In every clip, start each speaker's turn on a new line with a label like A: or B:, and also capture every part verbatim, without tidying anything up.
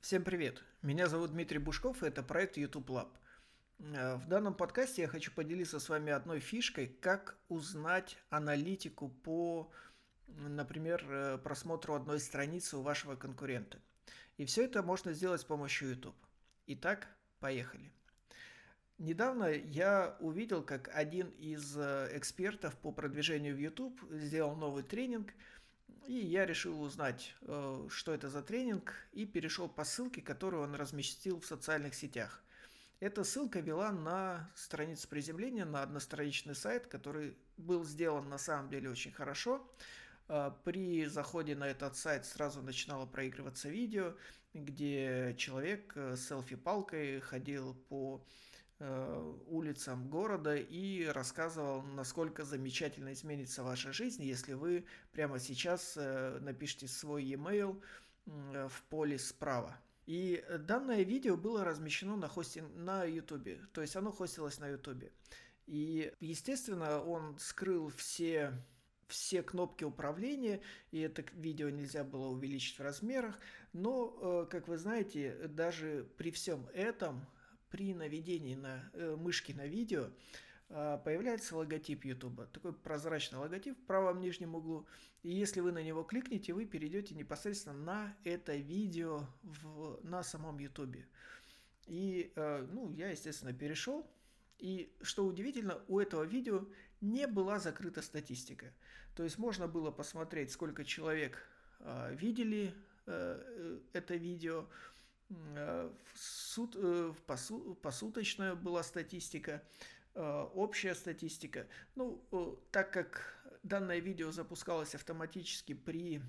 A: Всем привет! Меня зовут Дмитрий Бушков, и это проект YouTube Lab. Э, В данном подкасте я хочу поделиться с вами одной фишкой, как узнать аналитику по, м, например, э, просмотру одной страницы у вашего конкурента. И все это можно сделать с помощью YouTube. Итак, поехали. Недавно я увидел, как один из э, экспертов по продвижению в YouTube сделал новый тренинг, и я решил узнать, э, что это за тренинг, и перешел по ссылке, которую он разместил в социальных сетях. Эта ссылка вела на страницу приземления, на одностраничный сайт, который был сделан на самом деле очень хорошо. Э, При заходе на этот сайт сразу начинало проигрываться видео, где человек э, с селфи-палкой ходил по э, улицам города и рассказывал, насколько замечательно изменится ваша жизнь, если вы прямо сейчас э, напишите свой e-mail м, в поле справа. И данное видео было размещено на хостинг на YouTube, то есть оно хостилось на YouTube. И, естественно, он скрыл все все кнопки управления, и это видео нельзя было увеличить в размерах, но, э, как вы знаете, даже при всем этом, при наведении на э, мышки на видео, э, появляется логотип YouTube, такой прозрачный логотип в правом нижнем углу, и если вы на него кликните, вы перейдете непосредственно на это видео в, на самом YouTube. И, э, ну, я, естественно, перешел. И что удивительно, у этого видео не была закрыта статистика. То есть можно было посмотреть, сколько человек э, видели э, это видео. Э, в сут, э, в посу, посуточная была статистика, э, общая статистика. Ну, э, так как данное видео запускалось автоматически при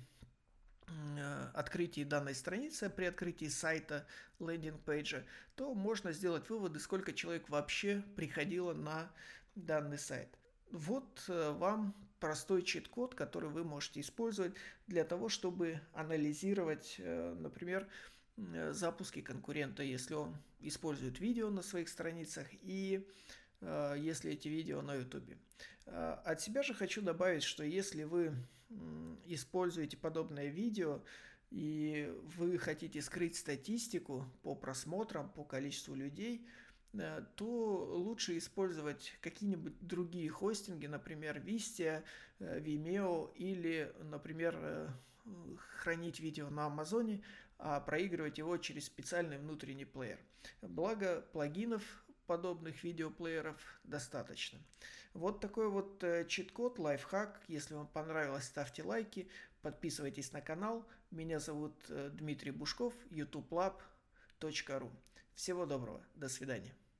A: открытии данной страницы, при открытии сайта лендинг-пейджа, то можно сделать выводы, сколько человек вообще приходило на данный сайт. Вот э, вам простой чит-код, который вы можете использовать для того, чтобы анализировать, э, например, э, запуски конкурента, если он использует видео на своих страницах и э, если эти видео на YouTube. Э, От себя же хочу добавить, что если вы м, используете подобное видео и вы хотите скрыть статистику по просмотрам, по количеству людей, э, то лучше использовать какие-нибудь другие хостинги, например, Wistia, э, Vimeo или, например, э, хранить видео на Амазоне, а проигрывать его через специальный внутренний плеер. Благо плагинов подобных видеоплееров достаточно. Вот такой вот э, чит-код, лайфхак. Если вам понравилось, ставьте лайки, подписывайтесь на канал. Меня зовут э, Дмитрий Бушков, ютуб лаб точка ру. Всего доброго, до свидания.